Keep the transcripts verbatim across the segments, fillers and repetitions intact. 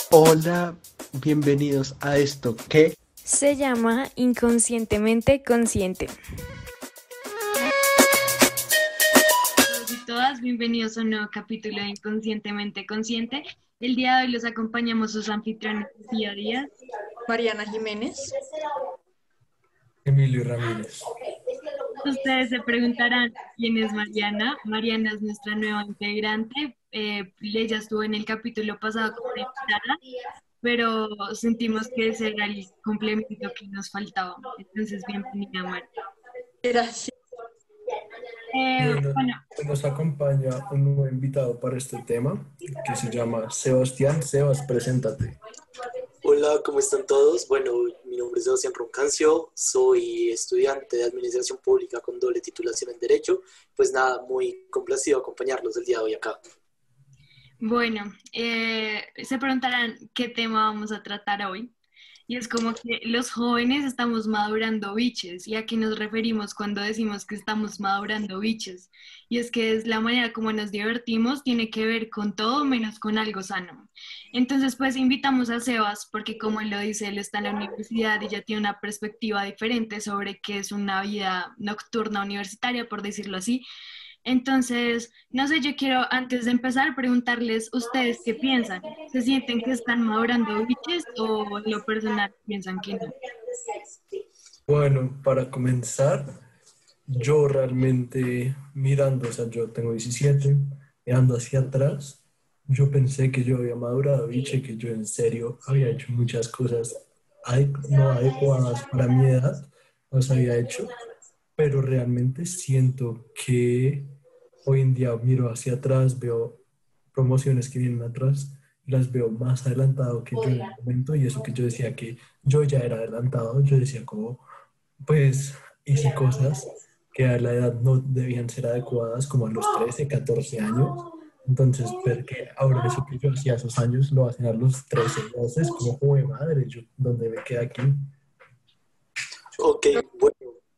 Hola, bienvenidos a esto que se llama Inconscientemente Consciente. Todos y todas, bienvenidos a un nuevo capítulo de Inconscientemente Consciente. El día de hoy los acompañamos sus anfitriones Sofía Díaz, Mariana Jiménez, Emilio Ramírez. Ustedes se preguntarán quién es Mariana. Mariana es nuestra nueva integrante. Eh, ella estuvo en el capítulo pasado como invitada, pero sentimos que ese era el complemento que nos faltaba. Entonces, bienvenida, Mariana. Gracias. Eh, Bueno, bueno, nos acompaña un nuevo invitado para este tema que se llama Sebastián. Sebas, preséntate. Hola, ¿cómo están todos? Bueno, mi nombre es Sebastián Roncancio, soy estudiante de Administración Pública con doble titulación en Derecho. Pues nada, muy complacido acompañarlos el día de hoy acá. Bueno, eh, se preguntarán qué tema vamos a tratar hoy. Y es como que los jóvenes estamos madurando biches. ¿Y a qué nos referimos cuando decimos que estamos madurando biches? Y es que es la manera como nos divertimos, tiene que ver con todo menos con algo sano. Entonces, pues invitamos a Sebas, porque como él lo dice, él está en la universidad y ya tiene una perspectiva diferente sobre qué es una vida nocturna universitaria, por decirlo así. Entonces, no sé, yo quiero antes de empezar preguntarles ustedes qué piensan. ¿Se sienten que están madurando biches o en lo personal piensan que no? Bueno, para comenzar, yo realmente mirando, o sea, yo tengo diecisiete, mirando hacia atrás, yo pensé que yo había madurado, biche, que yo en serio había hecho muchas cosas ade- no adecuadas para mi edad, las había hecho, pero realmente siento que hoy en día miro hacia atrás, veo promociones que vienen atrás, y las veo más adelantado que yo en el momento, y eso que yo decía que yo ya era adelantado, yo decía como, pues hice cosas que a la edad no debían ser adecuadas, como a los trece catorce años. Entonces, ver que ahora eso que yo hacía a esos años lo hacen a los trece doce es como, joder, madre, yo, ¿dónde me queda aquí? Ok, bueno,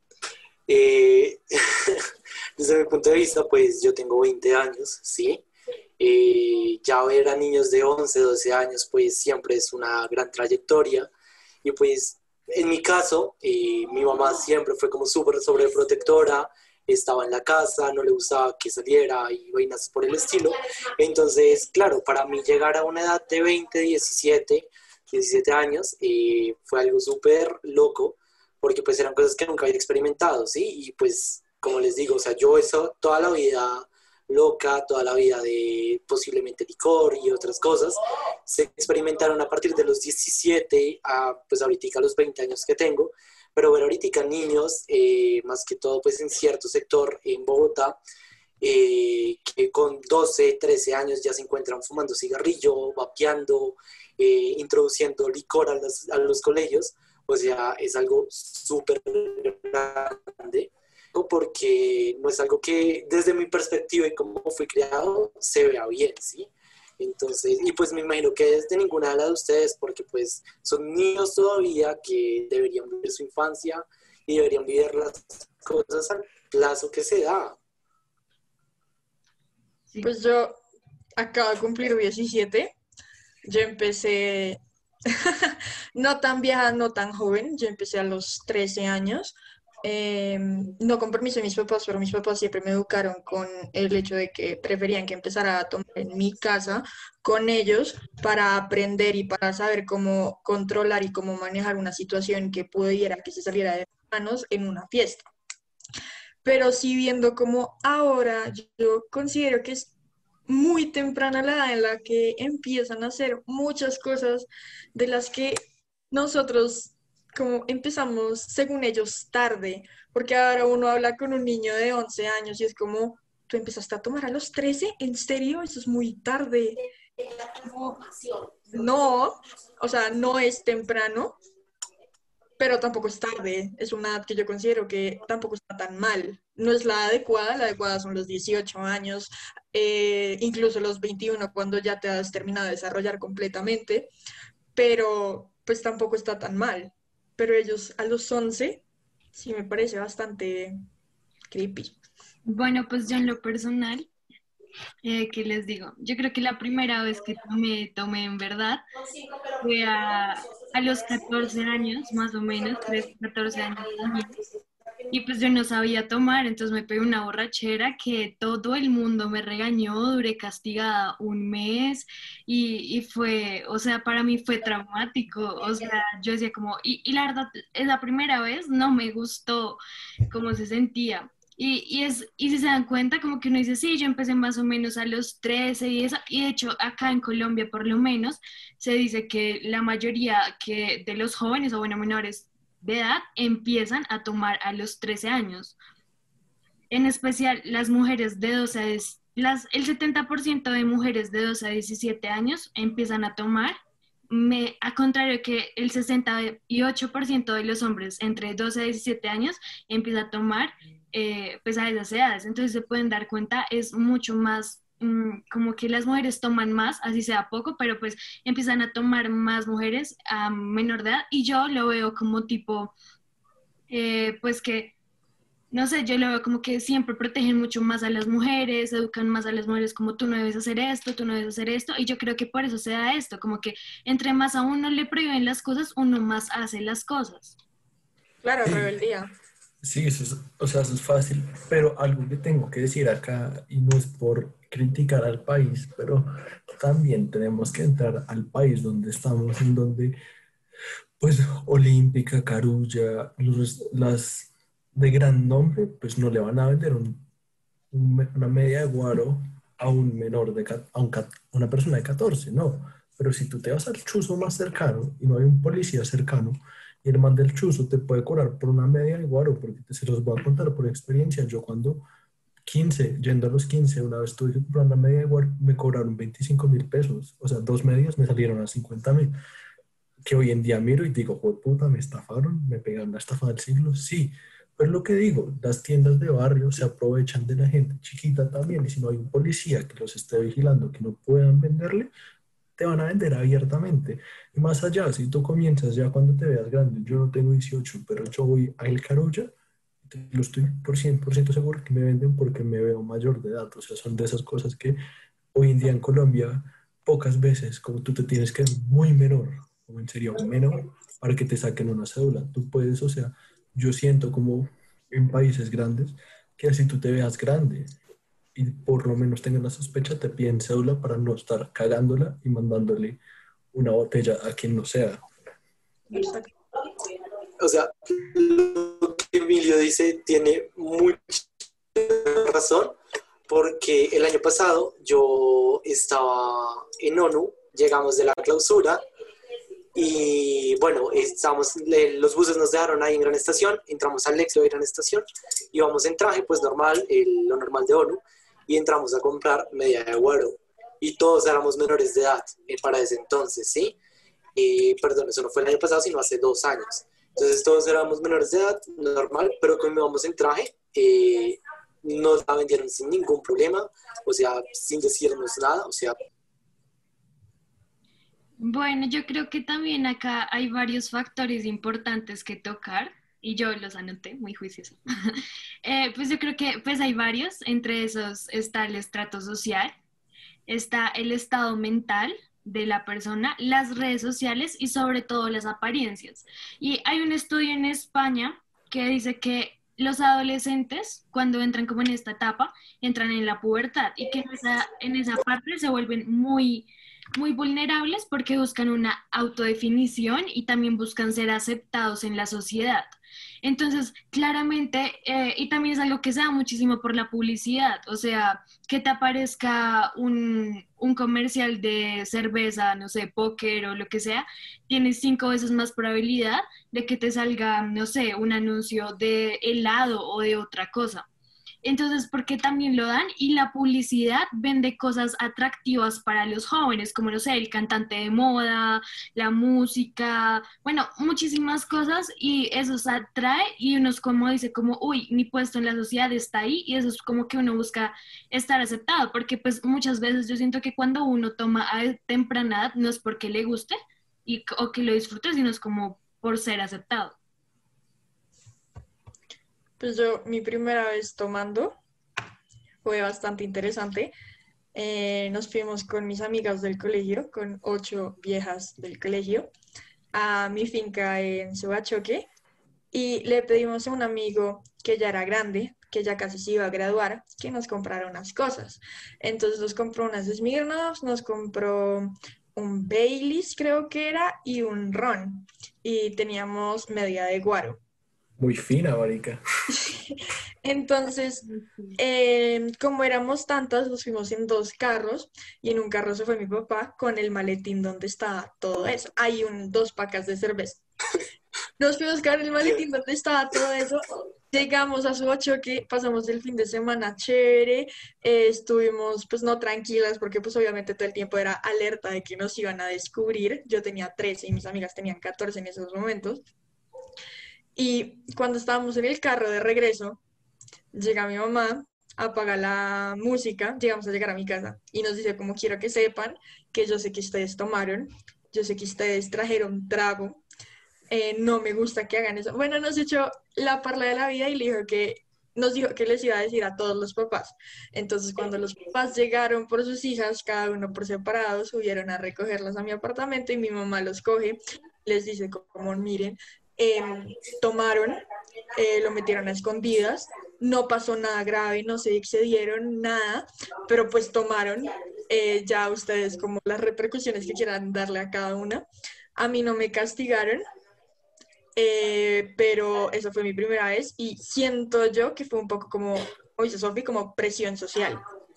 eh, desde mi punto de vista, pues yo tengo veinte años, ¿sí? Eh, ya ver a niños de once doce años, pues siempre es una gran trayectoria. Y pues en mi caso, eh, mi mamá siempre fue como súper sobreprotectora, estaba en la casa, no le gustaba que saliera y vainas por el estilo. Entonces, claro, para mí llegar a una edad de veinte diecisiete diecisiete años eh, fue algo súper loco, porque pues eran cosas que nunca había experimentado, ¿sí? Y pues, como les digo, o sea, yo eso toda la vida loca, toda la vida de posiblemente licor y otras cosas, se experimentaron a partir de los diecisiete a pues ahorita a los veinte años que tengo, pero ver ahorita niños, eh, más que todo pues en cierto sector en Bogotá, eh, que con doce trece años ya se encuentran fumando cigarrillo, vapeando, eh, introduciendo licor a los, a los colegios, o sea, es algo súper grande, porque no es algo que desde mi perspectiva y como fui criado se vea bien, ¿sí? Entonces, y pues me imagino que desde ninguna de las de ustedes, porque pues son niños todavía que deberían vivir su infancia y deberían vivir las cosas al plazo que se da. Sí. Pues yo acabo de cumplir diecisiete, yo empecé, no tan vieja, no tan joven, yo empecé a los trece años, eh, no con permiso de mis papás, pero mis papás siempre me educaron con el hecho de que preferían que empezara a tomar en mi casa con ellos para aprender y para saber cómo controlar y cómo manejar una situación que pudiera que se saliera de mis manos en una fiesta. Pero sí viendo como ahora yo considero que es muy temprana la edad en la que empiezan a hacer muchas cosas de las que nosotros como empezamos según ellos tarde, porque ahora uno habla con un niño de once años y es como, ¿tú empezaste a tomar a los trece? ¿En serio? Eso es muy tarde. Como, no, o sea, no es temprano, pero tampoco es tarde. Es una edad que yo considero que tampoco está tan mal. No es la adecuada, la adecuada son los dieciocho años, eh, incluso los veintiuno cuando ya te has terminado de desarrollar completamente, pero pues tampoco está tan mal. Pero ellos a los once sí me parece bastante creepy. Bueno, pues yo en lo personal, Eh, ¿qué les digo? Yo creo que la primera vez que tomé, tomé en verdad fue a, a los catorce años, más o menos, trece, catorce años también. Y pues yo no sabía tomar, entonces me pegué una borrachera que todo el mundo me regañó, duré castigada un mes y, y fue, o sea, para mí fue traumático, o sea, yo decía como, y, y la verdad, esa primera vez no me gustó cómo se sentía. Y, y, es, y si se dan cuenta, como que uno dice, sí, yo empecé más o menos a los trece y eso, y de hecho acá en Colombia por lo menos se dice que la mayoría que de los jóvenes o bueno, menores de edad empiezan a tomar a los trece años. En especial las mujeres de doce a diez, las, el setenta por ciento de mujeres de doce a diecisiete años empiezan a tomar, me, a contrario que el sesenta y ocho por ciento de los hombres entre doce a diecisiete años empieza a tomar eh, pues a esas edades. Entonces se pueden dar cuenta, es mucho más mm, como que las mujeres toman más, así sea poco, pero pues empiezan a tomar más mujeres a menor de edad y yo lo veo como tipo, eh, pues que no sé, yo lo veo como que siempre protegen mucho más a las mujeres, educan más a las mujeres como tú no debes hacer esto, tú no debes hacer esto, y yo creo que por eso se da esto, como que entre más a uno le prohíben las cosas, uno más hace las cosas. Claro, Sí, rebeldía. sí, eso es, o sea, eso es fácil, pero algo que tengo que decir acá, y no es por criticar al país, pero también tenemos que entrar al país donde estamos, en donde, pues, Olímpica, Carulla, los- las de gran nombre, pues no le van a vender un- un me- una media de guaro a un menor de, ca- a un ca- a una persona de catorce, no. Pero si tú te vas al chuzo más cercano y no hay un policía cercano, y el man del chuzo te puede cobrar por una media de guaro, porque te, se los voy a contar por experiencia. Yo cuando quince yendo a los quince una vez tuve que comprar una media de guaro, me cobraron veinticinco mil pesos. O sea, dos medias me salieron a cincuenta mil. Que hoy en día miro y digo, "Jue puta, me estafaron, me pegaron la estafa del siglo". Sí, pero es lo que digo, las tiendas de barrio se aprovechan de la gente chiquita también, y si no hay un policía que los esté vigilando, que no puedan venderle, te van a vender abiertamente. Y más allá, si tú comienzas ya cuando te veas grande, yo no tengo dieciocho, pero yo voy a El Carolla, te lo estoy por cien por ciento seguro que me venden porque me veo mayor de edad. O sea, son de esas cosas que hoy en día en Colombia, pocas veces, como tú te tienes que ver muy menor, como en serio menor, para que te saquen una cédula. Tú puedes, o sea, yo siento como en países grandes, que así tú te veas grande y por lo menos tengas la sospecha, te piden cédula para no estar cagándola y mandándole una botella a quien no sea. Exacto. O sea, lo que Emilio dice tiene mucha razón, porque el año pasado yo estaba en ONU, llegamos de la clausura y bueno, estábamos, los buses nos dejaron ahí en Gran Estación, entramos al Nexo de Gran Estación, íbamos en traje, pues normal, el, lo normal de ONU, y entramos a comprar media de guaro. Y todos éramos menores de edad eh, para ese entonces, ¿sí? Eh, perdón, eso no fue el año pasado, sino hace dos años. Entonces todos éramos menores de edad, normal, pero como íbamos en traje, eh, nos la vendieron sin ningún problema, o sea, sin decirnos nada, o sea. Bueno, yo creo que también acá hay varios factores importantes que tocar y yo los anoté, muy juicioso. Eh, pues yo creo que pues hay varios, entre esos está el estrato social, está el estado mental de la persona, las redes sociales y sobre todo las apariencias. Y hay un estudio en España que dice que los adolescentes, cuando entran como en esta etapa, entran en la pubertad y que en esa, en esa parte se vuelven muy, muy vulnerables porque buscan una autodefinición y también buscan ser aceptados en la sociedad. Entonces, claramente, eh, y también es algo que se da muchísimo por la publicidad, o sea, que te aparezca un, un comercial de cerveza, no sé, póker o lo que sea, tienes cinco veces más probabilidad de que te salga, no sé, un anuncio de helado o de otra cosa. Entonces, ¿por qué también lo dan? Y la publicidad vende cosas atractivas para los jóvenes, como, no sé, el cantante de moda, la música, bueno, muchísimas cosas y eso se atrae y uno es como dice, como, uy, mi puesto en la sociedad está ahí y eso es como que uno busca estar aceptado, porque pues muchas veces yo siento que cuando uno toma a temprana edad no es porque le guste y, o que lo disfrute, sino es como por ser aceptado. Pues yo, mi primera vez tomando fue bastante interesante. eh, nos fuimos con mis amigas del colegio, con ocho viejas del colegio, a mi finca en Subachoque y le pedimos a un amigo que ya era grande, que ya casi se iba a graduar, que nos comprara unas cosas. Entonces nos compró unas Smirnoff, nos compró un Baileys, creo que era, y un ron. Y teníamos media de guaro. Muy fina, marica. Entonces, eh, como éramos tantas, nos fuimos en dos carros y en un carro se fue mi papá con el maletín donde estaba todo eso. Hay un, dos pacas de cerveza. Nos fuimos con el maletín donde estaba todo eso. Llegamos a Subachoque, pasamos el fin de semana chévere, eh, estuvimos pues no tranquilas porque pues obviamente todo el tiempo era alerta de que nos iban a descubrir. Yo tenía trece y mis amigas tenían catorce en esos momentos. Y cuando estábamos en el carro de regreso, llega mi mamá, apaga la música, llegamos a llegar a mi casa y nos dice como quiero que sepan que yo sé que ustedes tomaron, yo sé que ustedes trajeron trago, eh, no me gusta que hagan eso. Bueno, nos echó la parla de la vida y le dijo que nos dijo que les iba a decir a todos los papás. Entonces, cuando los papás llegaron por sus hijas, cada uno por separado, subieron a recogerlas a mi apartamento y mi mamá los coge, les dice como, miren, eh, tomaron, eh, lo metieron a escondidas, no pasó nada grave, no se excedieron, nada, pero pues tomaron, eh, ya ustedes como las repercusiones que quieran darle a cada una. A mí no me castigaron, eh, pero esa fue mi primera vez y siento yo que fue un poco como, como dice Sofi, como presión social.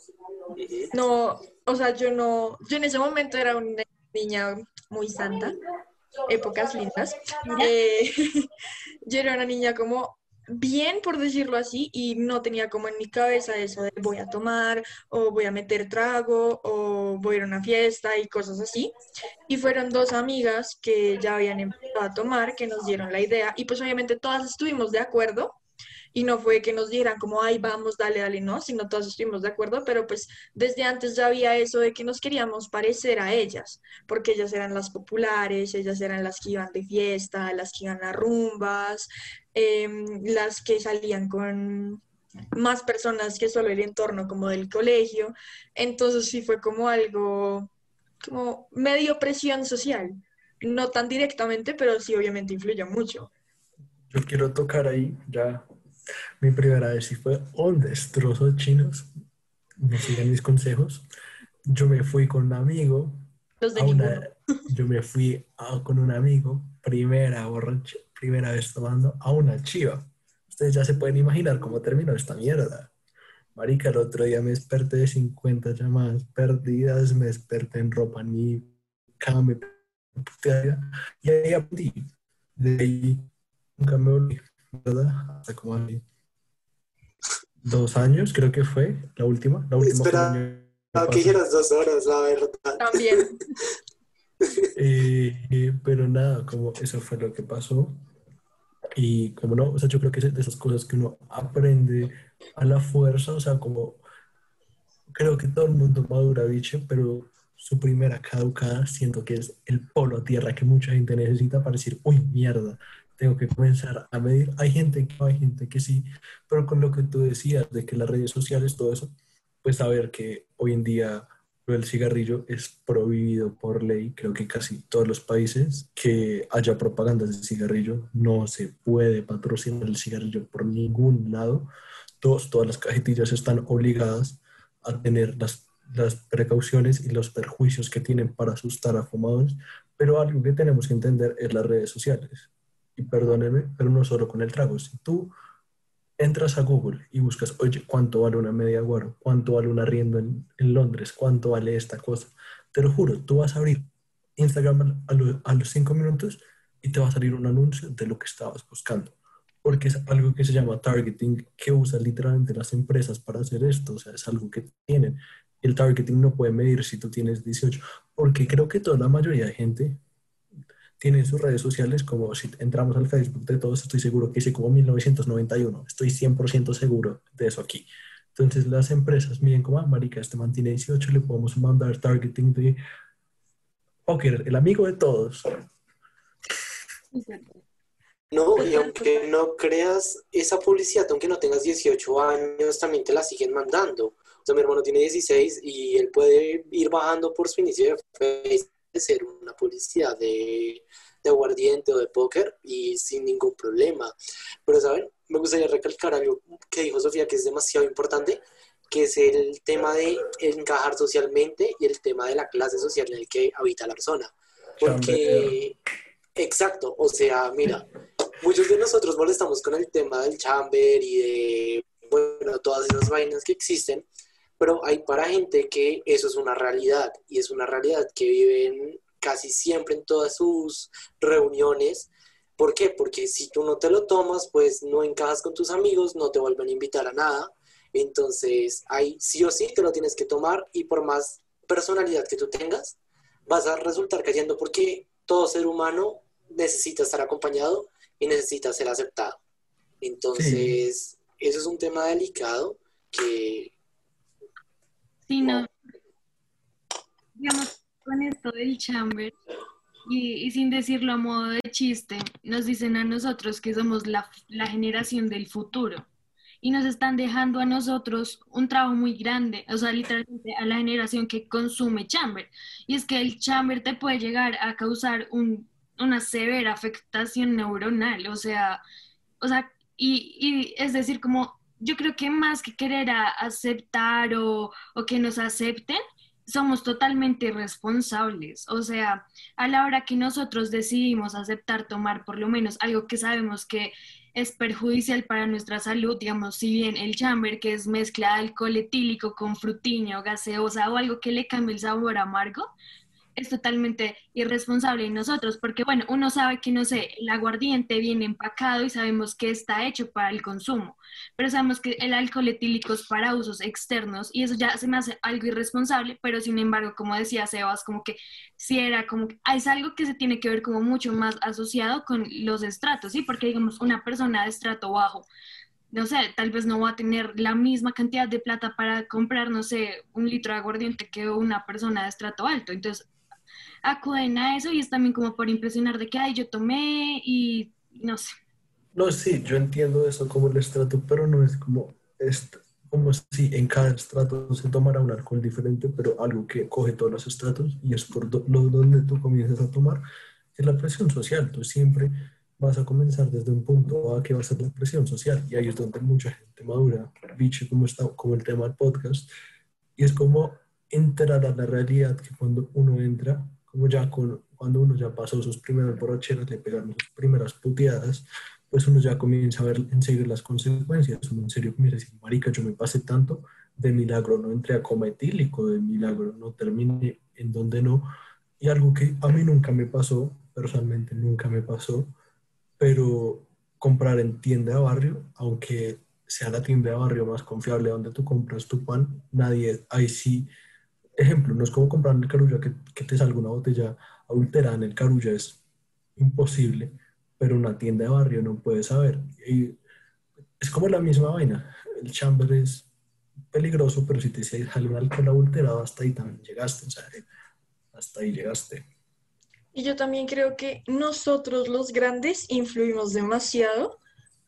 No, o sea, yo no, yo en ese momento era una niña muy santa, épocas lindas. Eh, yo era una niña como bien, por decirlo así, y no tenía como en mi cabeza eso de voy a tomar, o voy a meter trago, o voy a ir a una fiesta y cosas así. Y fueron dos amigas que ya habían empezado a tomar, que nos dieron la idea, y pues obviamente todas estuvimos de acuerdo, y no fue que nos dieran como, ay, vamos, dale, dale, no, sino todos estuvimos de acuerdo, pero pues desde antes ya había eso de que nos queríamos parecer a ellas, porque ellas eran las populares, ellas eran las que iban de fiesta, las que iban a rumbas, eh, las que salían con más personas que solo el entorno como del colegio, entonces sí fue como algo, como medio presión social, no tan directamente, pero sí obviamente influyó mucho. Yo quiero tocar ahí ya. Mi primera vez sí fue un destrozo de chinos. No sigan mis consejos. Yo me fui con un amigo. Los de a una, ninguno. yo me fui a- con un amigo, primera borracha, primera vez tomando, a una chiva. Ustedes ya se pueden imaginar cómo terminó esta mierda. Marica, el otro día me desperté de cincuenta llamadas perdidas, me desperté en ropa ni cama, me puteaba, y ahí aprendí. De ahí nunca me volví, ¿verdad? Hasta como hace dos años, creo que fue la última. La última fue el año Espera que pasado. dijeras dos horas, la verdad. También. Eh, eh, pero nada, como eso fue lo que pasó. Y como no, o sea, yo creo que es de esas cosas que uno aprende a la fuerza, o sea, como creo que todo el mundo madura, bicho, pero su primera caducada siento que es el polo a tierra que mucha gente necesita para decir, uy, mierda, tengo que comenzar a medir. Hay gente que no, hay gente que sí, pero con lo que tú decías de que las redes sociales, todo eso, pues saber que hoy en día lo del cigarrillo es prohibido por ley, creo que casi todos los países que haya propagandas de cigarrillo, no se puede patrocinar el cigarrillo por ningún lado. Todos, todas las cajetillas están obligadas a tener las, las precauciones y los perjuicios que tienen para asustar a fumadores, pero algo que tenemos que entender es las redes sociales. Y perdónenme, pero no solo con el trago. Si tú entras a Google y buscas, oye, ¿cuánto vale una media guaro? ¿Cuánto vale un arriendo en, en Londres? ¿Cuánto vale esta cosa? Te lo juro, tú vas a abrir Instagram a, lo, a los cinco minutos y te va a salir un anuncio de lo que estabas buscando. Porque es algo que se llama targeting, que usan literalmente las empresas para hacer esto. O sea, es algo que tienen. El targeting no puede medir si tú tienes dieciocho, porque creo que toda la mayoría de gente tiene sus redes sociales, como si entramos al Facebook de todos, estoy seguro que dice como mil novecientos noventa y uno. Estoy cien por ciento seguro de eso aquí. Entonces las empresas miren como, ah, marica, este man tiene dieciocho, le podemos mandar targeting de, ok, el amigo de todos. No, y aunque no creas esa publicidad, aunque no tengas dieciocho años, también te la siguen mandando. O sea, mi hermano tiene dieciséis y él puede ir bajando por su inicio de Facebook, ser una publicidad de, de aguardiente o de póker y sin ningún problema. Pero, ¿saben? Me gustaría recalcar algo que dijo Sofía que es demasiado importante, que es el tema de encajar socialmente y el tema de la clase social en el que habita la persona. Porque, exacto, o sea, mira, muchos de nosotros molestamos con el tema del chamber y de, bueno, todas esas vainas que existen, pero hay para gente que eso es una realidad y es una realidad que viven casi siempre en todas sus reuniones. ¿Por qué? Porque si tú no te lo tomas, pues no encajas con tus amigos, no te vuelven a invitar a nada. Entonces, ahí sí o sí te lo tienes que tomar y por más personalidad que tú tengas, vas a resultar cayendo porque todo ser humano necesita estar acompañado y necesita ser aceptado. Entonces, sí. Eso es un tema delicado que... Sí, no. Digamos, con esto del chamber, y, y sin decirlo a modo de chiste, nos dicen a nosotros que somos la, la generación del futuro. Y nos están dejando a nosotros un trabajo muy grande, o sea, literalmente a la generación que consume chamber. Y es que el chamber te puede llegar a causar un, una severa afectación neuronal, o sea, o sea, y, y es decir, como yo creo que más que querer a aceptar o, o que nos acepten, somos totalmente responsables. O sea, a la hora que nosotros decidimos aceptar tomar por lo menos algo que sabemos que es perjudicial para nuestra salud, digamos, si bien el chamber, que es mezcla de alcohol etílico con frutiño, gaseosa o algo que le cambie el sabor amargo, es totalmente irresponsable de nosotros, porque bueno, uno sabe que, no sé, el aguardiente viene empacado y sabemos que está hecho para el consumo, pero sabemos que el alcohol etílico es para usos externos y eso ya se me hace algo irresponsable, pero sin embargo, como decía Sebas, como que si era como que es algo que se tiene que ver como mucho más asociado con los estratos, ¿sí? Porque digamos, una persona de estrato bajo, no sé, tal vez no va a tener la misma cantidad de plata para comprar, no sé, un litro de aguardiente que una persona de estrato alto, entonces acuden a eso y es también como por impresionar de que, ay, yo tomé y no sé. No, sí, yo entiendo eso como el estrato, pero no es como, es como si en cada estrato se tomara un alcohol diferente, pero algo que coge todos los estratos y es por do, lo, donde tú comienzas a tomar, es la presión social. Tú siempre vas a comenzar desde un punto A que va a ser la presión social y ahí es donde mucha gente madura, bicho, como, está, como el tema del podcast, y es como entrar a la realidad que cuando uno entra, como ya con, cuando uno ya pasó sus primeras borracheras, le pegaron sus primeras puteadas, pues uno ya comienza a ver en serio las consecuencias. Uno en serio comienza a decir, marica, yo me pasé tanto, de milagro no entré a coma etílico, de milagro no terminé en donde no. Y algo que a mí nunca me pasó, personalmente nunca me pasó, pero comprar en tienda de barrio, aunque sea la tienda de barrio más confiable donde tú compras tu pan, nadie, ahí sí. Ejemplo, no es como comprar en el Carulla que, que te salga una botella adulterada en el Carulla, es imposible, pero una tienda de barrio no puede saber. Y es como la misma vaina. El chamber es peligroso, pero si te sale un alcohol adulterado, hasta ahí también llegaste, o sea, hasta ahí llegaste. Y yo también creo que nosotros los grandes influimos demasiado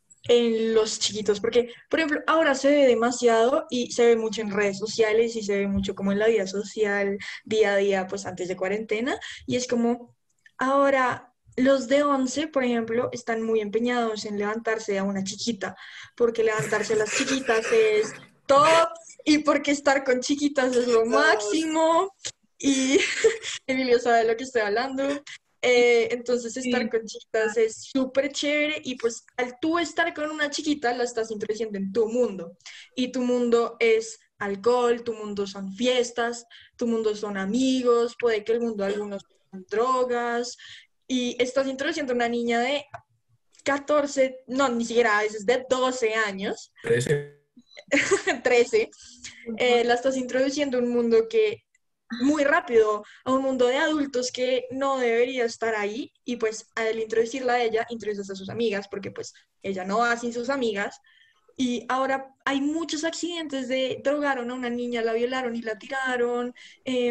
en los chiquitos, porque, por ejemplo, ahora se ve demasiado y se ve mucho en redes sociales y se ve mucho como en la vida social, día a día, pues antes de cuarentena, y es como, ahora los de once, por ejemplo, están muy empeñados en levantarse a una chiquita, porque levantarse a las chiquitas es top y porque estar con chiquitas es lo máximo, y Emilio sabe de lo que estoy hablando. Eh, entonces estar Sí. con chiquitas es súper chévere y pues al tú estar con una chiquita la estás introduciendo en tu mundo y tu mundo es alcohol, tu mundo son fiestas, tu mundo son amigos, puede que el mundo de algunos son drogas y estás introduciendo a una niña de catorce, no, ni siquiera a veces de doce años, trece. trece, eh, la estás introduciendo a un mundo que muy rápido a un mundo de adultos que no debería estar ahí y pues al introducirla a ella, introduces a sus amigas porque pues ella no va sin sus amigas y ahora hay muchos accidentes de drogaron a una niña, la violaron y la tiraron, eh,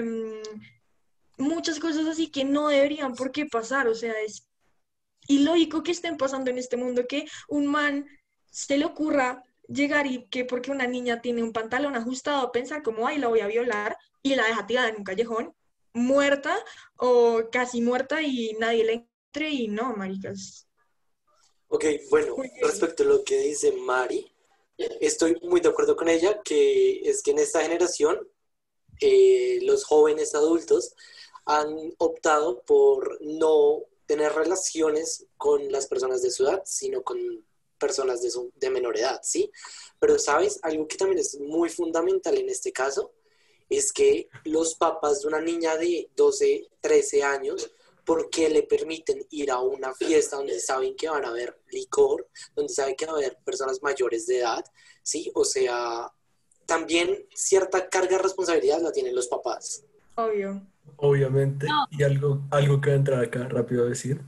muchas cosas así que no deberían por qué pasar, o sea, es ilógico que estén pasando en este mundo que un man se le ocurra llegar y que porque una niña tiene un pantalón ajustado, pensar como, ay, la voy a violar y la deja tirada en un callejón, muerta o casi muerta y nadie le entre y no, maricas. Ok, bueno, Muy bien. respecto a lo que dice Mari, estoy muy de acuerdo con ella, que es que en esta generación eh, los jóvenes adultos han optado por no tener relaciones con las personas de su edad, sino con personas de, su, de menor edad, ¿sí? Pero, ¿sabes? Algo que también es muy fundamental en este caso es que los papás de una niña de doce, trece años, ¿por qué le permiten ir a una fiesta donde saben que van a haber licor, donde saben que va a haber personas mayores de edad, ¿sí? O sea, también cierta carga de responsabilidad la tienen los papás. Obvio. Obviamente, No. y algo, algo que va a entrar acá rápido a decir,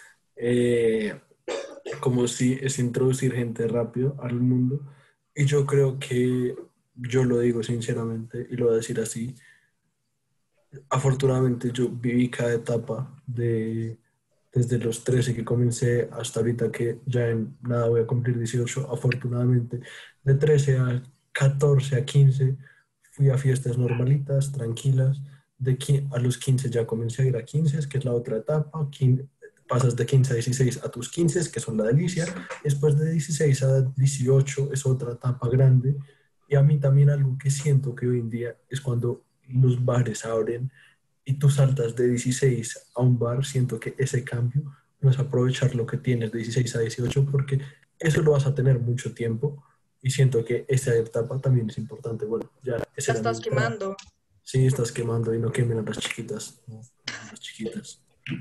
eh, como si es introducir gente rápido al mundo, y yo creo que, yo lo digo sinceramente, y lo voy a decir así, afortunadamente yo viví cada etapa de, desde los trece que comencé hasta ahorita que ya en nada voy a cumplir dieciocho, afortunadamente, de trece a catorce a quince fui a fiestas normalitas, tranquilas, de qui- a los quince ya comencé a ir a quince, que es la otra etapa, quin- pasas de quince a dieciséis a tus quince, que son la delicia, después de dieciséis a dieciocho es otra etapa grande, y a mí también algo que siento que hoy en día es cuando los bares abren y tú saltas de dieciséis a un bar, siento que ese cambio no es aprovechar lo que tienes de dieciséis a dieciocho porque eso lo vas a tener mucho tiempo y siento que esa etapa también es importante. Bueno, ya esa La era mi estás entrada. quemando. Sí, estás quemando y no quemen a las chiquitas. No, a las chiquitas.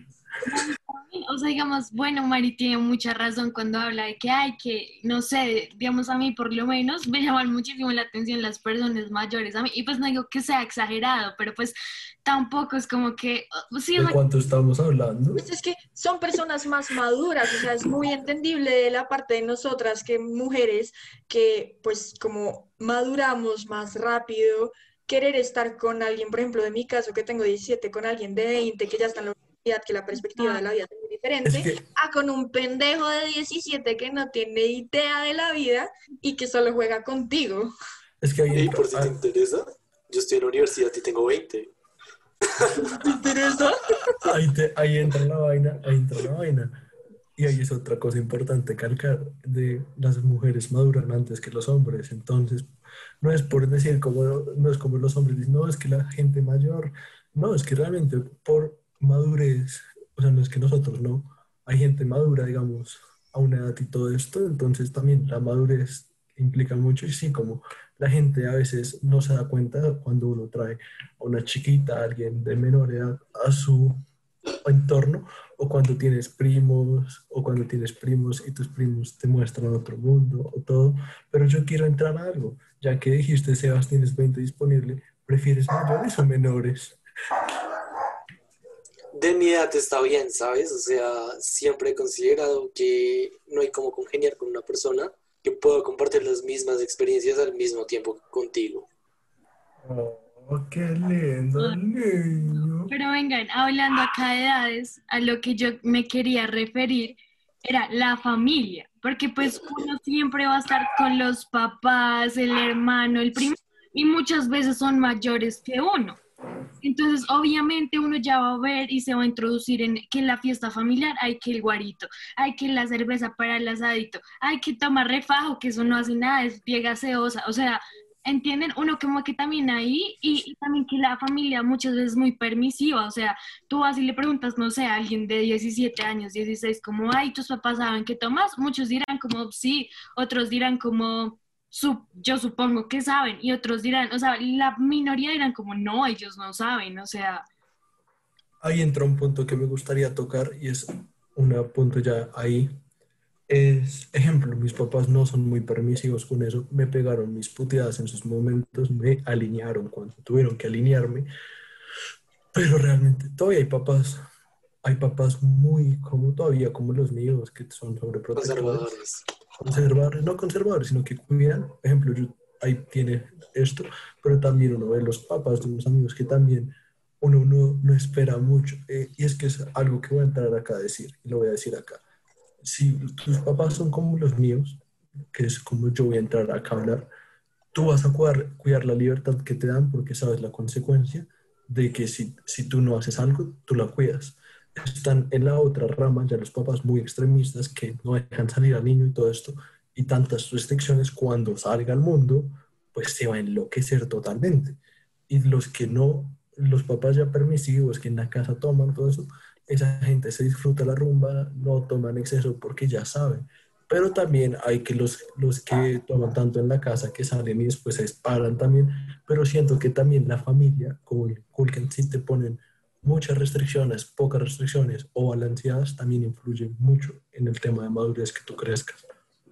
O sea, digamos, bueno, Mari tiene mucha razón cuando habla de que hay que, no sé, digamos a mí por lo menos me llaman muchísimo la atención las personas mayores a mí, y pues no digo que sea exagerado, pero pues tampoco es como que, oh, sí, o ¿De sea, cuánto estamos hablando? Pues es que son personas más maduras, o sea, es muy entendible de la parte de nosotras que mujeres que pues como maduramos más rápido, querer estar con alguien, por ejemplo, de mi caso que tengo diecisiete, con alguien de veinte que ya está en la universidad, que la perspectiva de la vida es muy Es diferente, que, a con un pendejo de diecisiete que no tiene idea de la vida y que solo juega contigo. es que ahí Y entra, por si te ah, interesa, yo estoy en la universidad y tengo veinte. ¿Te interesa? ahí, te- ahí entra la vaina, ahí entra la vaina. Y ahí es otra cosa importante calcar, de las mujeres maduran antes que los hombres, entonces no es por decir como, no es como los hombres dicen, no, es que la gente mayor, no, es que realmente por madurez, o sea, no es que nosotros no, hay gente madura, digamos, a una edad y todo esto, entonces también la madurez implica mucho y sí, como la gente a veces no se da cuenta cuando uno trae a una chiquita, a alguien de menor edad a su entorno, o cuando tienes primos, o cuando tienes primos y tus primos te muestran otro mundo, o todo. Pero yo quiero entrar a algo, ya que dijiste, Sebas, tienes veinte disponible, ¿prefieres mayores o menores? De mi edad está bien, ¿sabes? O sea, siempre he considerado que no hay como congeniar con una persona que pueda compartir las mismas experiencias al mismo tiempo que contigo. Oh, qué lindo el niño. pero vengan, hablando acá de edades, a lo que yo me quería referir era la familia, porque pues uno siempre va a estar con los papás, el hermano, el primo, y muchas veces son mayores que uno. Entonces, obviamente uno ya va a ver y se va a introducir en que en la fiesta familiar hay que el guarito, hay que la cerveza para el asadito, hay que tomar refajo, que eso no hace nada, es pie gaseosa, o sea, ¿entienden? Uno como que también ahí y, y también que la familia muchas veces es muy permisiva, o sea, tú vas y le preguntas, no sé, a alguien de diecisiete años, dieciséis, como, ay, ¿tus papás saben que tomas? Muchos dirán como, sí, otros dirán como Sup- yo supongo que saben, y otros dirán, o sea, la minoría dirán como, no, ellos no saben, o sea, Ahí entra un punto que me gustaría tocar y es un punto ya ahí. Es, ejemplo, mis papás no son muy permisivos con eso, me pegaron mis puteadas en sus momentos, me alinearon cuando tuvieron que alinearme, pero realmente todavía hay papás, hay papás muy como todavía como los míos que son sobreprotectores, Conservadores. conservadores, no conservadores, sino que cuidan. Por ejemplo, yo, ahí tiene esto, pero también uno ve los papás de unos amigos que también uno no, no espera mucho, eh, y es que es algo que voy a entrar acá a decir, y lo voy a decir acá. Si tus papás son como los míos, que es como yo voy a entrar acá a hablar, tú vas a cuidar, cuidar la libertad que te dan porque sabes la consecuencia de que si, si tú no haces algo, tú la cuidas. Están en la otra rama ya los papás muy extremistas que no dejan salir al niño y todo esto, y tantas restricciones cuando salga al mundo, pues se va a enloquecer totalmente. Y los que no, los papás ya permisivos que en la casa toman todo eso, esa gente se disfruta la rumba, no toman exceso porque ya saben. Pero también hay que los, los que toman tanto en la casa que salen y después se paran también, pero siento que también la familia, como inculcan, si te ponen muchas restricciones, pocas restricciones o balanceadas, también influye mucho en el tema de madurez que tú crezcas.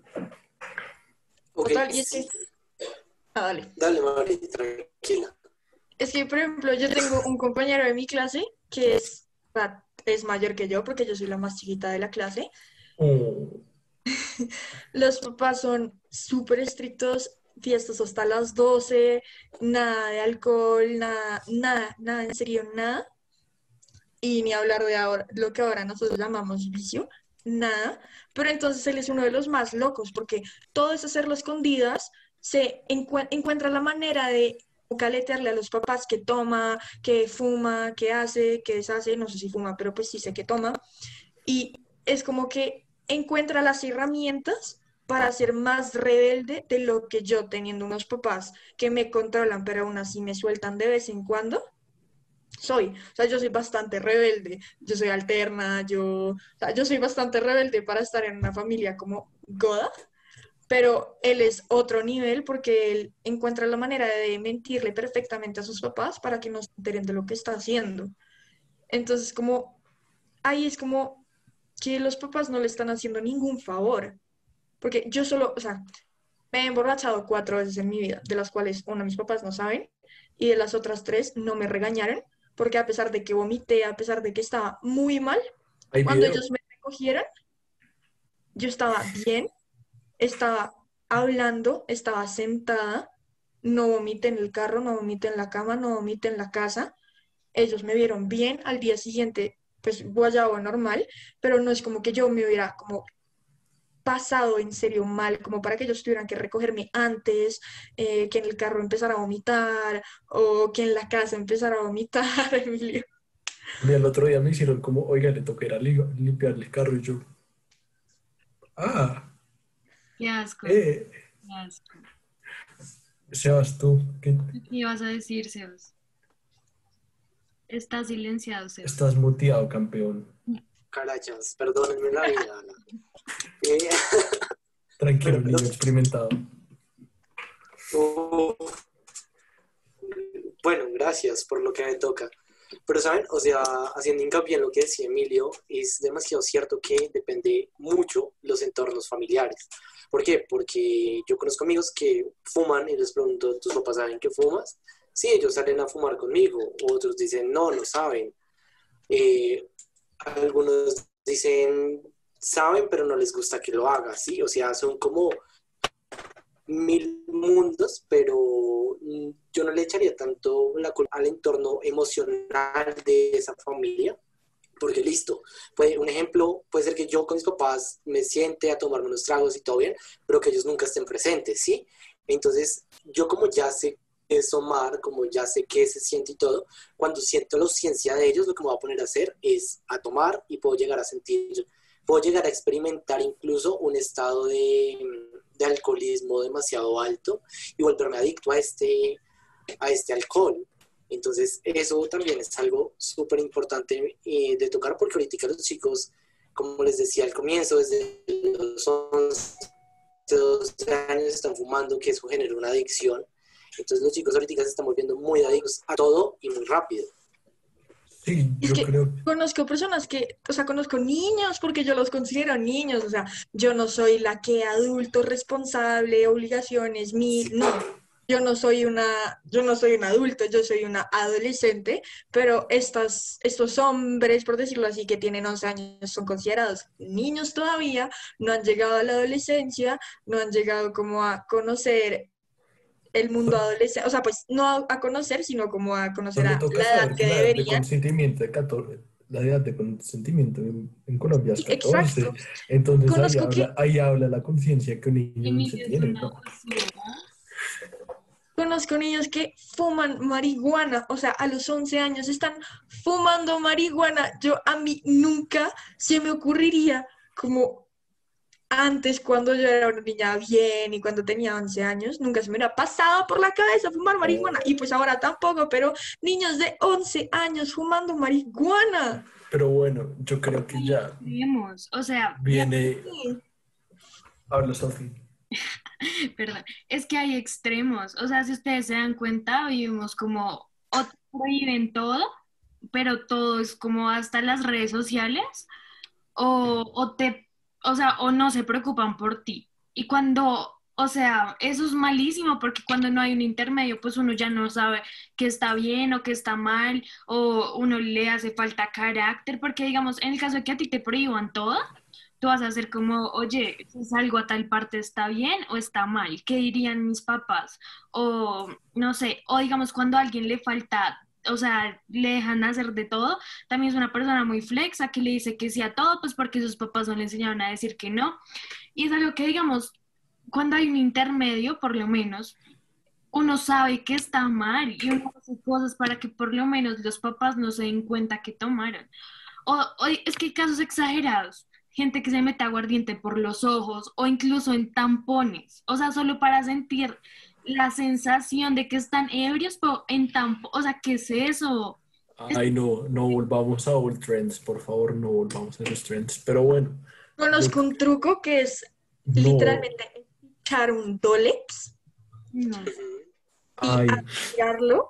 Ok, Total, y es sí. que... Ah, dale. Dale, Mari, tranquila. Es que, por ejemplo, yo tengo un compañero de mi clase que es, es mayor que yo, porque yo soy la más chiquita de la clase. Oh. Los papás son súper estrictos, fiestas hasta las doce, nada de alcohol, nada, nada, nada, en serio, nada. Y ni hablar de ahora, lo que ahora nosotros llamamos vicio, nada. Pero entonces él es uno de los más locos, porque todo es hacerlo a escondidas, se encu- encuentra la manera de caletearle a los papás que toma, que fuma, que hace, que deshace, no sé si fuma, pero pues sí sé que toma. Y es como que encuentra las herramientas para ser más rebelde de lo que yo, teniendo unos papás que me controlan, pero aún así me sueltan de vez en cuando, soy. O sea, yo soy bastante rebelde, yo soy alterna, yo, o sea, yo soy bastante rebelde para estar en una familia como Goda, pero él es otro nivel porque él encuentra la manera de mentirle perfectamente a sus papás para que no se enteren de lo que está haciendo. Entonces, como ahí es como que los papás no le están haciendo ningún favor, porque yo solo, o sea, me he emborrachado cuatro veces en mi vida, de las cuales una mis papás no saben, y de las otras tres no me regañaron, porque a pesar de que vomité, a pesar de que estaba muy mal, ¿Hay cuando video? ellos me recogieron, yo estaba bien, estaba hablando, estaba sentada, no vomité en el carro, no vomité en la cama, no vomité en la casa. Ellos me vieron bien, al día siguiente, pues guayabo normal, pero no es como que yo me hubiera como pasado en serio mal, como para que ellos tuvieran que recogerme antes, eh, que en el carro empezara a vomitar o que en la casa empezara a vomitar, Emilio. A mí el otro día me hicieron como, oiga, le toca ir a li- limpiar el carro y yo, ah, Qué asco, eh, qué asco. Sebas, tú, que ¿Qué ibas a decir, Sebas? Está silenciado, Sebas. estás muteado, campeón. Carachas, perdónenme la vida. Eh, Tranquilo, Bueno, niño experimentado. uf, bueno, gracias por lo que me toca. Pero, ¿saben? O sea, haciendo hincapié en lo que decía Emilio, es demasiado cierto que depende mucho los entornos familiares. ¿Por qué? Porque yo conozco amigos que fuman y les pregunto, ¿tus papás saben que fumas? Sí, ellos salen a fumar conmigo. Otros dicen, no, no saben. Eh, Algunos dicen, saben, pero no les gusta que lo haga, ¿sí? O sea, son como mil mundos, pero mm, yo no le echaría tanto la culpa al entorno emocional de esa familia, porque listo, puede, un ejemplo puede ser que yo con mis papás me siente a tomarme unos tragos y todo bien, pero que ellos nunca estén presentes, ¿sí? Entonces, yo como ya sé qué es tomar, como ya sé qué se siente y todo, cuando siento la ausencia de ellos, lo que me voy a poner a hacer es a tomar y puedo llegar a sentir, puedo llegar a experimentar incluso un estado de, de alcoholismo demasiado alto y volverme adicto a este, a este alcohol. Entonces, eso también es algo súper importante eh, de tocar, porque ahorita los chicos, como les decía al comienzo, desde los once, doce años están fumando, que eso genera una adicción. Entonces, los chicos ahorita se están volviendo muy adictos a todo y muy rápido. Sí, Es yo que creo. conozco personas que, o sea, conozco niños porque yo los considero niños, o sea, yo no soy la que adulto responsable, obligaciones, mil, no, yo no soy una, yo no soy un adulto, yo soy una adolescente, pero estas, estos hombres, por decirlo así, que tienen once años, son considerados niños todavía, no han llegado a la adolescencia, no han llegado como a conocer el mundo adolescente, o sea, pues no a, a conocer, sino como a conocer Solo a toca la edad saber que que la edad de deberían. consentimiento de catorce, la edad de consentimiento en, en Colombia es catorce. Exacto. Entonces ahí Conozco que, habla, ahí habla la conciencia que un niño se Emilio es tiene, una ¿no? basura. conozco niños que fuman marihuana, o sea, a los once años están fumando marihuana. Yo, a mí nunca se me ocurriría como antes, cuando yo era una niña bien y cuando tenía once años, nunca se me hubiera pasado por la cabeza fumar marihuana. Y pues ahora tampoco, pero niños de once años fumando marihuana. Pero bueno, yo creo que ya Creemos, o sea, viene... Sí. Habla, Sofi. perdón, es que hay extremos. O sea, si ustedes se dan cuenta, vivimos como, o te prohíben todo, pero todo es como hasta las redes sociales, o, o te, o sea, o no se preocupan por ti. Y cuando, o sea, eso es malísimo porque cuando no hay un intermedio, pues uno ya no sabe qué está bien o qué está mal, o uno le hace falta carácter, porque digamos, en el caso de que a ti te prohíban todo, tú vas a hacer como, oye, si salgo a tal parte está bien o está mal, ¿qué dirían mis papás? O no sé, o digamos cuando a alguien le falta, o sea, le dejan hacer de todo, también es una persona muy flexa que le dice que sí a todo, pues porque sus papás no le enseñaron a decir que no. Y es algo que, digamos, cuando hay un intermedio, por lo menos, uno sabe que está mal y uno hace cosas para que por lo menos los papás no se den cuenta que tomaron. O, o es que hay casos exagerados, gente que se mete aguardiente por los ojos o incluso en tampones, o sea, solo para sentir la sensación de que están ebrios, pero en tampones, o sea, ¿qué es eso? Es- Ay, no, no volvamos a old trends, por favor, no volvamos a esos trends. Pero bueno, yo Conozco un truco que es no, literalmente echar un Dolex no. y ay, aspirarlo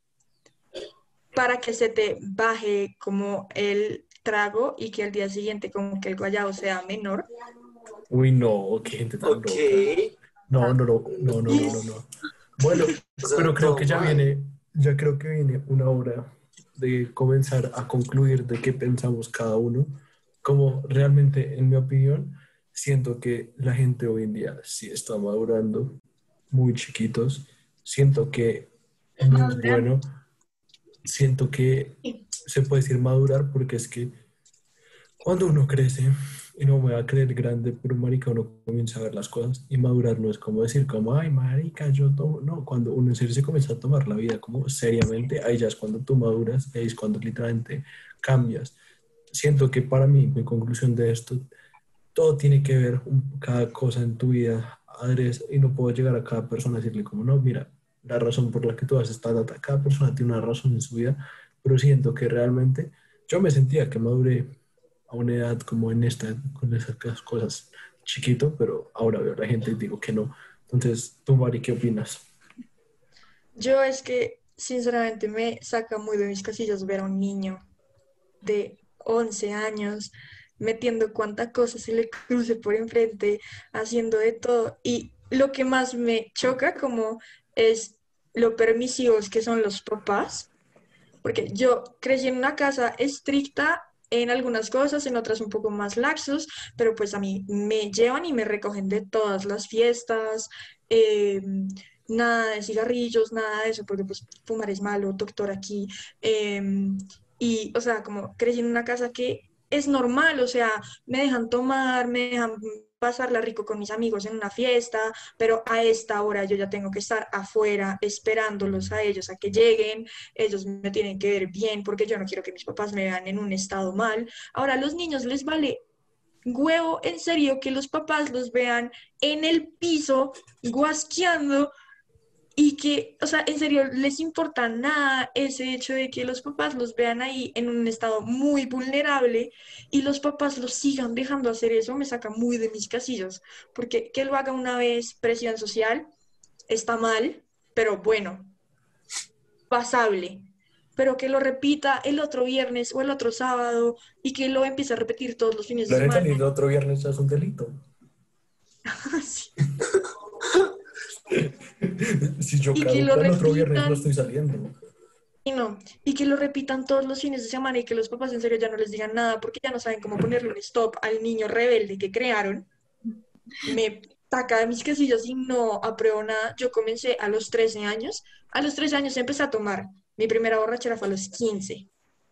para que se te baje como el trago y que al día siguiente como que el guayabo sea menor. uy, no, qué gente tan Ok. loca. No, no, no, no, no, no, no, no. Bueno, O sea, pero creo todo que ya mal. viene, ya creo que viene una hora de comenzar a concluir de qué pensamos cada uno. Como realmente, en mi opinión, siento que la gente hoy en día sí está madurando, muy chiquitos. Siento que no es Madurando. bueno. Siento que se puede decir madurar porque es que cuando uno crece, y no me va a creer grande, pero marica, uno comienza a ver las cosas y madurar no es como decir como, ay, marica, yo tomo, no, cuando uno en serio se comienza a tomar la vida como seriamente, ahí ya es cuando tú maduras, ahí es cuando literalmente cambias. Siento que para mí, mi conclusión de esto, todo tiene que ver un- cada cosa en tu vida, adres, y no puedo llegar a cada persona a decirle como, no, mira, la razón por la que tú haces esta data, cada persona tiene una razón en su vida, pero siento que realmente yo me sentía que maduré a una edad como en esta, con esas cosas chiquito, pero ahora veo a la gente y digo que no. Entonces, tú, Mari, ¿qué opinas? Yo es que sinceramente me saca muy de mis casillas ver a un niño de once años metiendo cuanta cosa se le cruce por enfrente, haciendo de todo. Y lo que más me choca como es lo permisivos que son los papás, porque yo crecí en una casa estricta en algunas cosas, en otras un poco más laxos, pero pues a mí me llevan y me recogen de todas las fiestas, eh, nada de cigarrillos, nada de eso, porque pues fumar es malo, doctor aquí. eh, y, o sea, como crecí en una casa que es normal, o sea, me dejan tomar, me dejan pasarla rico con mis amigos en una fiesta, pero a esta hora yo ya tengo que estar afuera esperándolos a ellos a que lleguen, ellos me tienen que ver bien porque yo no quiero que mis papás me vean en un estado mal. Ahora a los niños les vale huevo, en serio, que los papás los vean en el piso guasqueando y que, o sea, en serio, les importa nada ese hecho de que los papás los vean ahí en un estado muy vulnerable y los papás los sigan dejando hacer eso, me saca muy de mis casillos, porque que lo haga una vez, presión social, está mal, pero bueno, pasable. Pero que lo repita el otro viernes o el otro sábado y que lo empiece a repetir todos los fines de Lo de semana. salir otro viernes ya es un delito. Sí. Si yo Y que lo caduco el otro viernes no repitan. estoy saliendo. Y no, y que lo repitan todos los fines de semana y que los papás en serio ya no les digan nada porque ya no saben cómo ponerle un stop al niño rebelde que crearon, me saca de mis casillas y no apruebo nada. Yo comencé a los trece años, a los trece años empecé a tomar, mi primera borrachera fue a los quince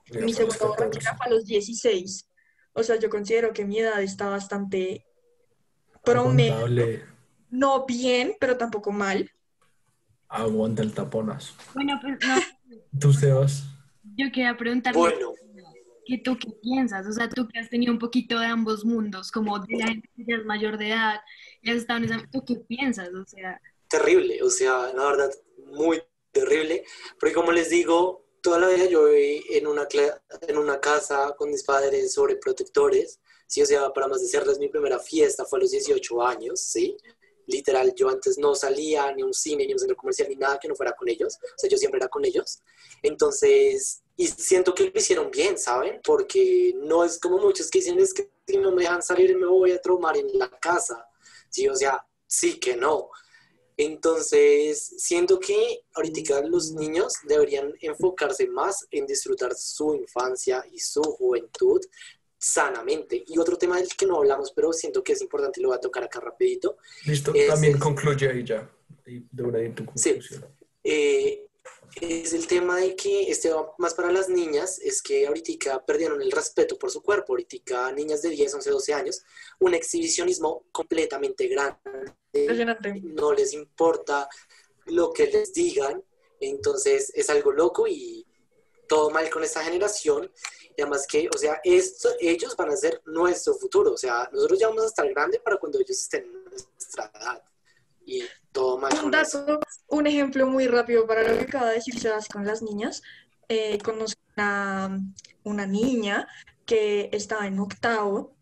Mira, Mi para los segunda catorce. borrachera fue a los dieciséis. O sea, yo considero que mi edad está bastante promedio. Aguantable. No bien, pero tampoco mal. Aguanta el taponazo. Bueno, pues no, ¿Tú, Sebas? yo quería preguntarle Bueno, que tú qué piensas, o sea, tú que has tenido un poquito de ambos mundos, como de la gente que ya es mayor de edad, ya has estado en esa, ¿tú qué piensas? O sea, terrible, o sea, la verdad, muy terrible, porque como les digo, toda la vida yo viví en una, cla- en una casa con mis padres sobreprotectores, sí, o sea, para más decirles, mi primera fiesta fue a los dieciocho años, sí, literal, yo antes no salía ni a un cine, ni a un centro comercial, ni nada que no fuera con ellos, o sea, yo siempre era con ellos, entonces, y siento que lo hicieron bien, ¿saben? Porque no es como muchos que dicen, es que si no me dejan salir me voy a traumar en la casa, sí, o sea, sí que no. Entonces, siento que ahorita los niños deberían enfocarse más en disfrutar su infancia y su juventud sanamente. Y otro tema del que no hablamos, pero siento que es importante y lo voy a tocar acá rapidito, Listo, es también el, concluye ahí ya. Y de una ahí en tu sí, conclusión. eh, es el tema de que este va más para las niñas, es que ahorita perdieron el respeto por su cuerpo, ahorita niñas de diez once doce años, un exhibicionismo completamente grande, Impresionante. no les importa lo que les digan, entonces es algo loco y todo mal con esta generación, y además que, o sea, esto, ellos van a ser nuestro futuro, o sea, nosotros ya vamos a estar grandes para cuando ellos estén en nuestra edad, y todo mal Un con eso. dato, un ejemplo muy rápido para lo que acaba de decir Sebas con las niñas. Eh, conozco una, una niña que estaba en octavo,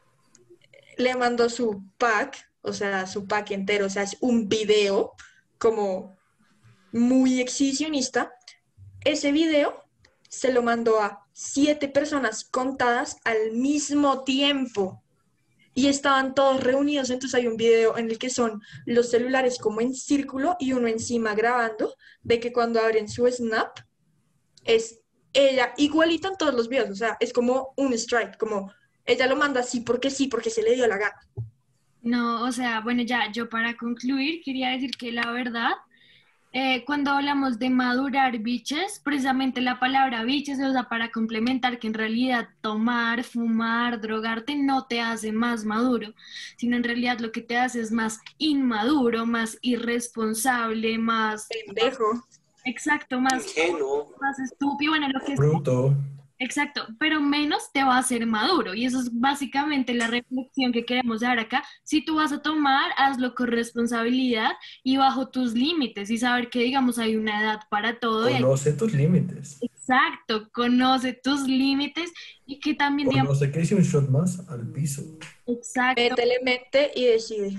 le mandó su pack, o sea, su pack entero, o sea, es un video como muy exhibicionista. Ese video se lo mandó a siete personas contadas al mismo tiempo y estaban todos reunidos. Entonces hay un video en el que son los celulares como en círculo y uno encima grabando, de que cuando abren su Snap es ella igualita en todos los videos, o sea, es como un strike, como ella lo manda así porque sí, porque se le dio la gana. no, o sea, bueno, ya, yo para concluir quería decir que la verdad, eh, cuando hablamos de madurar biches, precisamente la palabra biches se usa para complementar que en realidad tomar, fumar, drogarte no te hace más maduro, sino en realidad lo que te hace es más inmaduro, más irresponsable, más, Pendejo. exacto, más, Ingenuo. más estúpido, bueno, lo que sea. Bruto. Exacto, pero menos te va a hacer maduro y eso es básicamente la reflexión que queremos dar acá. Si tú vas a tomar, hazlo con responsabilidad y bajo tus límites y saber que, digamos, hay una edad para todo y hay... Conoce tus límites. Exacto, conoce tus límites y que también, digamos, Conoce que hice un shot más al piso. exacto. Métele mente y decide.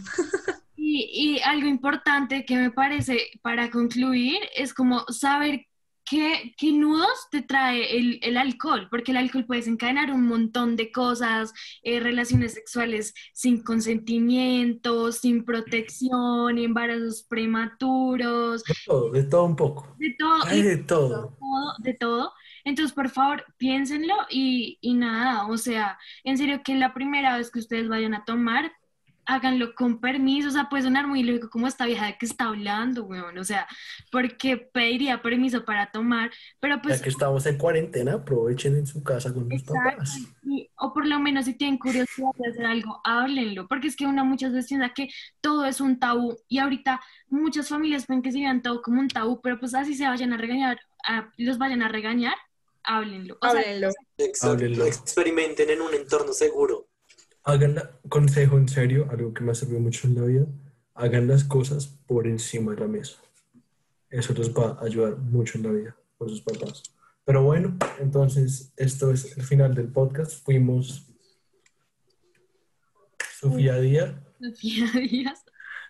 Y, y algo importante que me parece para concluir es como saber qué, qué nudos te trae el, el alcohol, porque el alcohol puede desencadenar un montón de cosas, eh, relaciones sexuales sin consentimiento, sin protección, embarazos prematuros, De todo, de todo un poco. de todo, Hay y de todo. todo, de todo. Entonces, por favor, piénsenlo y, y nada, o sea, en serio que la primera vez que ustedes vayan a tomar, háganlo con permiso, o sea, puede sonar muy lógico como esta vieja de que está hablando, weón, o sea, porque pediría permiso para tomar, pero Ya pues, que estamos en cuarentena, aprovechen en su casa con sus exacto, papás. y- o por lo menos si tienen curiosidad de hacer algo, háblenlo, porque es que una muchas veces piensa que todo es un tabú, y ahorita muchas familias ven que se vean todo como un tabú, pero pues así se vayan a regañar, a- los vayan a regañar, háblenlo, o sea, Háblenlo. Exacto, Háblenlo. experimenten en un entorno seguro. Háganla, consejo en serio, algo que me ha servido mucho en la vida, hagan las cosas por encima de la mesa. Eso les va a ayudar mucho en la vida con sus papás. Pero bueno, entonces esto es el final del podcast. Fuimos Sofía Díaz Sofía Díaz,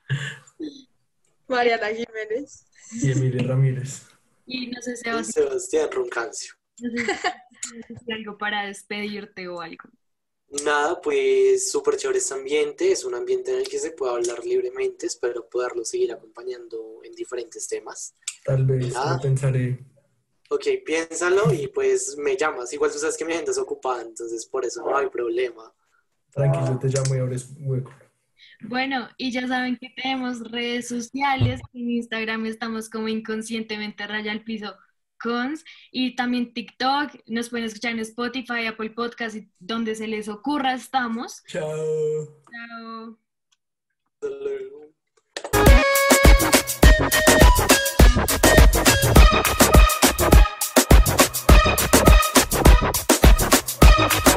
Mariana Jiménez. y Emilia Ramírez. y no sé, Y Sebastián, Sebastián Roncancio. no sé si tienes algo para despedirte o algo. Nada, pues súper chévere este ambiente, es un ambiente en el que se puede hablar libremente, espero poderlo seguir acompañando en diferentes temas. Tal vez Nada. lo pensaré. Ok, piénsalo y pues me llamas, igual tú sabes que mi agenda es ocupada, entonces por eso no hay problema. Tranquilo, te llamo y abres hueco. Bueno, y ya saben que tenemos redes sociales, en Instagram estamos como inconscientemente raya al piso Cons, y también TikTok. Nos pueden escuchar en Spotify, Apple Podcast, y donde se les ocurra estamos. Chao. Chao. Hasta luego. We'll be right back.